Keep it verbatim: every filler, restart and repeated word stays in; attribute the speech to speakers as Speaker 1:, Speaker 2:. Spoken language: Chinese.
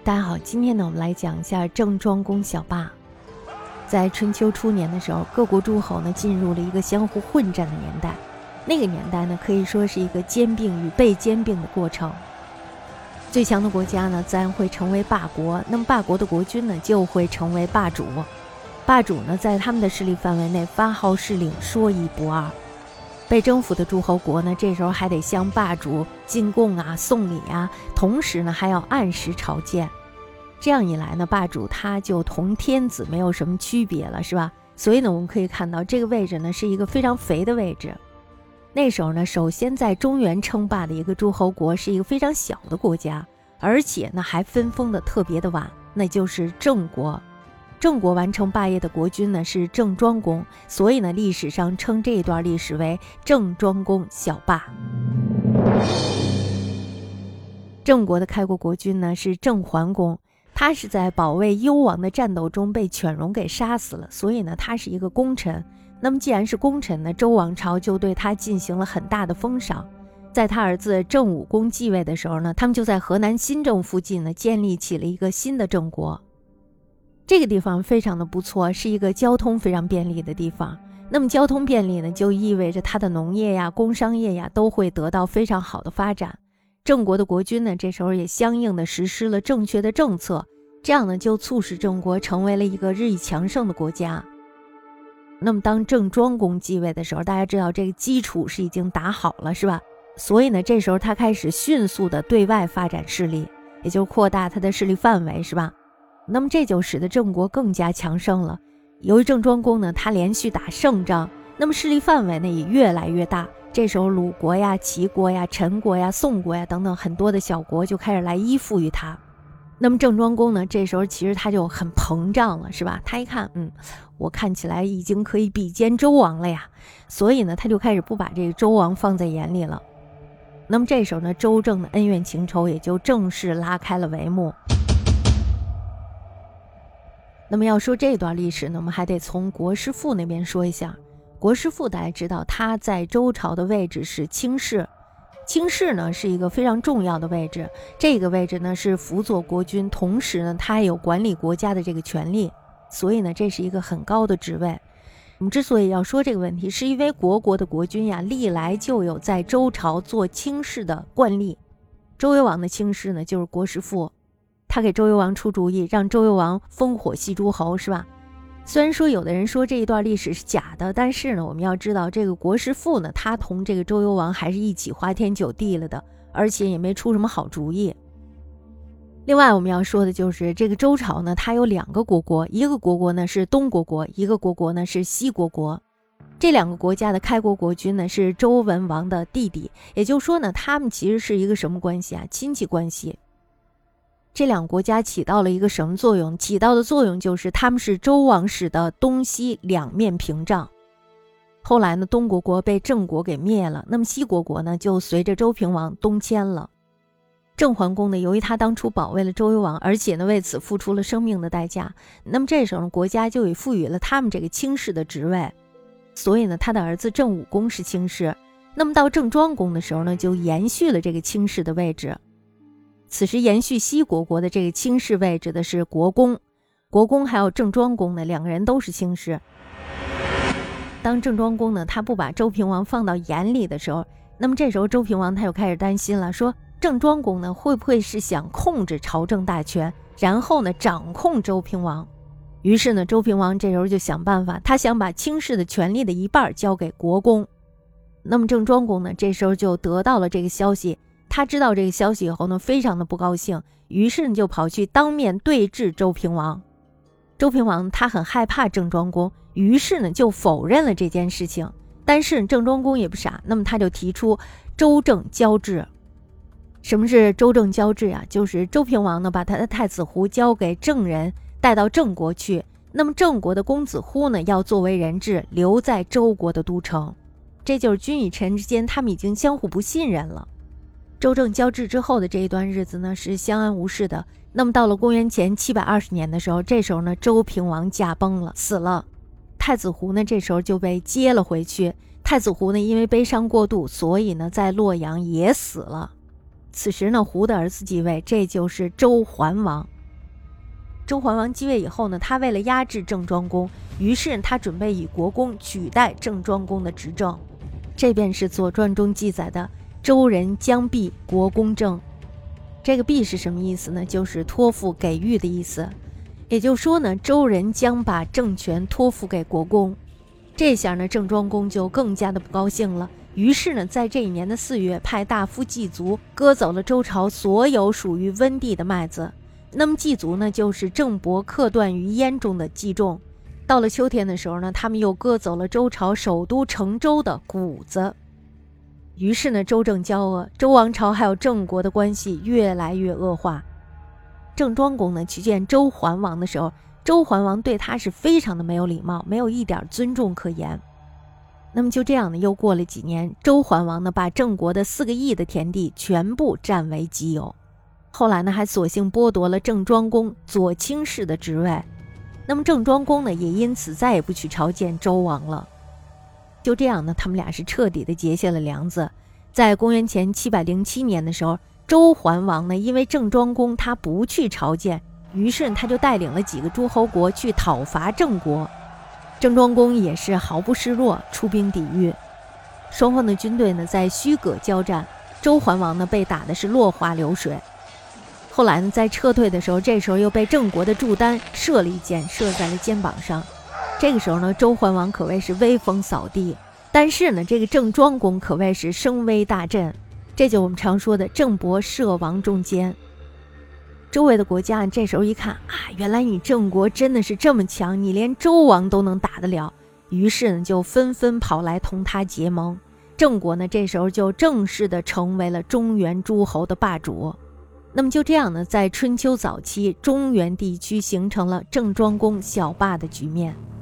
Speaker 1: 大家好，今天呢，我们来讲一下郑庄公小霸。在春秋初年的时候，各国诸侯呢进入了一个相互混战的年代。那个年代呢，可以说是一个兼并与被兼并的过程。最强的国家呢，自然会成为霸国，那么霸国的国君呢，就会成为霸主。霸主呢，在他们的势力范围内发号施令，说一不二。被征服的诸侯国呢，这时候还得向霸主进贡啊、送礼啊，同时呢还要按时朝见。这样一来呢，霸主他就同天子没有什么区别了，是吧？所以呢，我们可以看到这个位置呢是一个非常肥的位置。那时候呢，首先在中原称霸的一个诸侯国是一个非常小的国家，而且呢还分封的特别的晚，那就是郑国。郑国完成霸业的国君呢是郑庄公，所以呢历史上称这一段历史为郑庄公小霸。郑国的开国国君呢是郑桓公，他是在保卫幽王的战斗中被犬戎给杀死了，所以呢他是一个功臣。那么既然是功臣呢，周王朝就对他进行了很大的封赏。在他儿子郑武公继位的时候呢，他们就在河南新郑附近呢建立起了一个新的郑国。这个地方非常的不错，是一个交通非常便利的地方。那么交通便利呢，就意味着它的农业呀、工商业呀都会得到非常好的发展。郑国的国君呢，这时候也相应的实施了正确的政策，这样呢就促使郑国成为了一个日益强盛的国家。那么当郑庄公继位的时候，大家知道这个基础是已经打好了，是吧？所以呢，这时候他开始迅速的对外发展势力，也就是扩大他的势力范围，是吧？那么这就使得郑国更加强盛了。由于郑庄公呢，他连续打胜仗，那么势力范围呢也越来越大。这时候鲁国呀、齐国呀、陈国呀、宋国呀等等很多的小国就开始来依附于他。那么郑庄公呢，这时候其实他就很膨胀了，是吧？他一看，嗯，我看起来已经可以比肩周王了呀，所以呢，他就开始不把这个周王放在眼里了。那么这时候呢，周郑的恩怨情仇也就正式拉开了帷幕。那么要说这段历史呢，我们还得从国师傅那边说一下。国师傅大家知道，他在周朝的位置是卿士。卿士呢是一个非常重要的位置，这个位置呢是辅佐国君，同时呢他也有管理国家的这个权利，所以呢这是一个很高的职位。我们之所以要说这个问题，是因为国国的国君呀，历来就有在周朝做卿士的惯例。周幽王的卿士呢就是国师傅，他给周幽王出主意，让周幽王烽火戏诸侯，是吧？虽然说有的人说这一段历史是假的，但是呢，我们要知道这个国师傅呢，他同这个周幽王还是一起花天酒地了的，而且也没出什么好主意。另外我们要说的就是这个周朝呢，它有两个国国，一个国国呢是东国国，一个国国呢是西国国。这两个国家的开国国君呢是周文王的弟弟，也就是说呢，他们其实是一个什么关系啊？亲戚关系。这两个国家起到了一个什么作用？起到的作用就是他们是周王室的东西两面屏障。后来呢，东国国被郑国给灭了，那么西国国呢就随着周平王东迁了。郑桓公呢，由于他当初保卫了周幽王，而且呢为此付出了生命的代价，那么这时候呢国家就也赋予了他们这个卿士的职位，所以呢他的儿子郑武公是卿士。那么到郑庄公的时候呢，就延续了这个卿士的位置。此时延续西国国的这个卿士位置的是国公，国公还有郑庄公呢，两个人都是卿士。当郑庄公呢，他不把周平王放到眼里的时候，那么这时候周平王他就开始担心了，说郑庄公呢会不会是想控制朝政大权，然后呢掌控周平王？于是呢，周平王这时候就想办法，他想把卿士的权力的一半交给国公。那么郑庄公呢，这时候就得到了这个消息。他知道这个消息以后呢，非常的不高兴，于是呢就跑去当面对质周平王。周平王他很害怕郑庄公，于是呢就否认了这件事情。但是郑庄公也不傻，那么他就提出周郑交质。什么是周郑交质啊？就是周平王呢把他的太子胡交给郑人，带到郑国去，那么郑国的公子忽呢要作为人质，留在周国的都城。这就是君与臣之间他们已经相互不信任了。周郑交质之后的这一段日子呢是相安无事的。那么到了公元前七百二十年的时候，这时候呢周平王驾崩了，死了。太子胡呢这时候就被接了回去。太子胡呢因为悲伤过度，所以呢在洛阳也死了。此时呢胡的儿子继位，这就是周桓王。 周桓王继位以后呢，他为了压制郑庄公，于是他准备以国公取代郑庄公的执政。这便是《左传》中记载的周人将避国公政。这个避是什么意思呢？就是托付给予的意思。也就是说呢，周人将把政权托付给国公。这下呢，郑庄公就更加的不高兴了。于是呢，在这一年的四月，派大夫祭卒割走了周朝所有属于温地的麦子。那么祭卒呢，就是郑伯克段于燕中的祭仲。到了秋天的时候呢，他们又割走了周朝首都成周的谷子。于是呢，周郑交恶，周王朝还有郑国的关系越来越恶化。郑庄公呢去见周桓王的时候，周桓王对他是非常的没有礼貌，没有一点尊重可言。那么就这样呢，又过了几年，周桓王呢把郑国的四个亿的田地全部占为己有。后来呢，还索性剥夺了郑庄公左卿士的职位。那么郑庄公呢，也因此再也不去朝见周王了。就这样呢，他们俩是彻底的结下了梁子。在公元前七百零七年的时候，周桓王呢，因为郑庄公他不去朝见，于是他就带领了几个诸侯国去讨伐郑国。郑庄公也是毫不示弱，出兵抵御。双方的军队呢，在虚葛交战，周桓王呢被打的是落花流水。后来呢，在撤退的时候，这时候又被郑国的祝丹射了一箭，射在了肩膀上。这个时候呢，周桓王可谓是威风扫地，但是呢，这个郑庄公可谓是声威大振，这就我们常说的郑伯射王中间。周围的国家这时候一看啊，原来你郑国真的是这么强，你连周王都能打得了，于是呢，就纷纷跑来同他结盟。郑国呢，这时候就正式的成为了中原诸侯的霸主。那么就这样呢，在春秋早期，中原地区形成了郑庄公小霸的局面。